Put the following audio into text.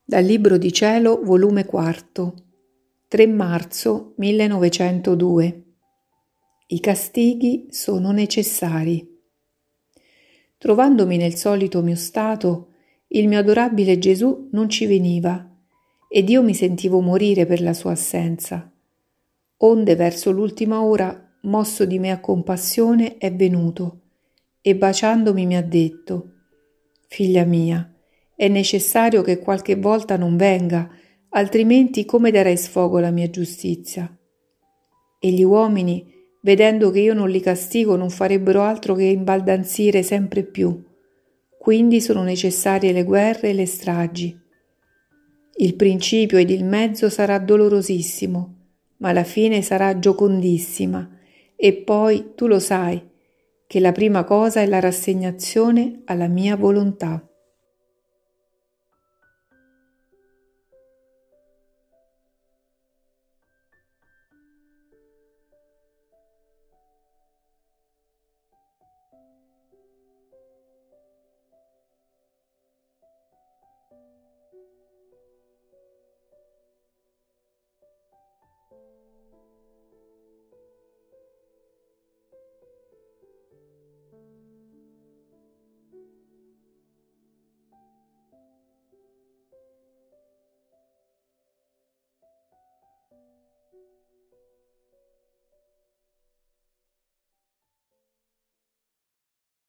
Dal Libro di Cielo, volume 4, 3 marzo 1902. I castighi sono necessari. Trovandomi nel solito mio stato, il mio adorabile Gesù non ci veniva ed io mi sentivo morire per la sua assenza. Onde verso l'ultima ora, mosso di mea compassione, è venuto e baciandomi mi ha detto: «Figlia mia, è necessario che qualche volta non venga, altrimenti come darei sfogo alla mia giustizia?» E gli uomini, vedendo che io non li castigo, non farebbero altro che imbaldanzire sempre più. Quindi sono necessarie le guerre e le stragi. Il principio ed il mezzo sarà dolorosissimo, ma la fine sarà giocondissima. E poi, tu lo sai, che la prima cosa è la rassegnazione alla mia volontà.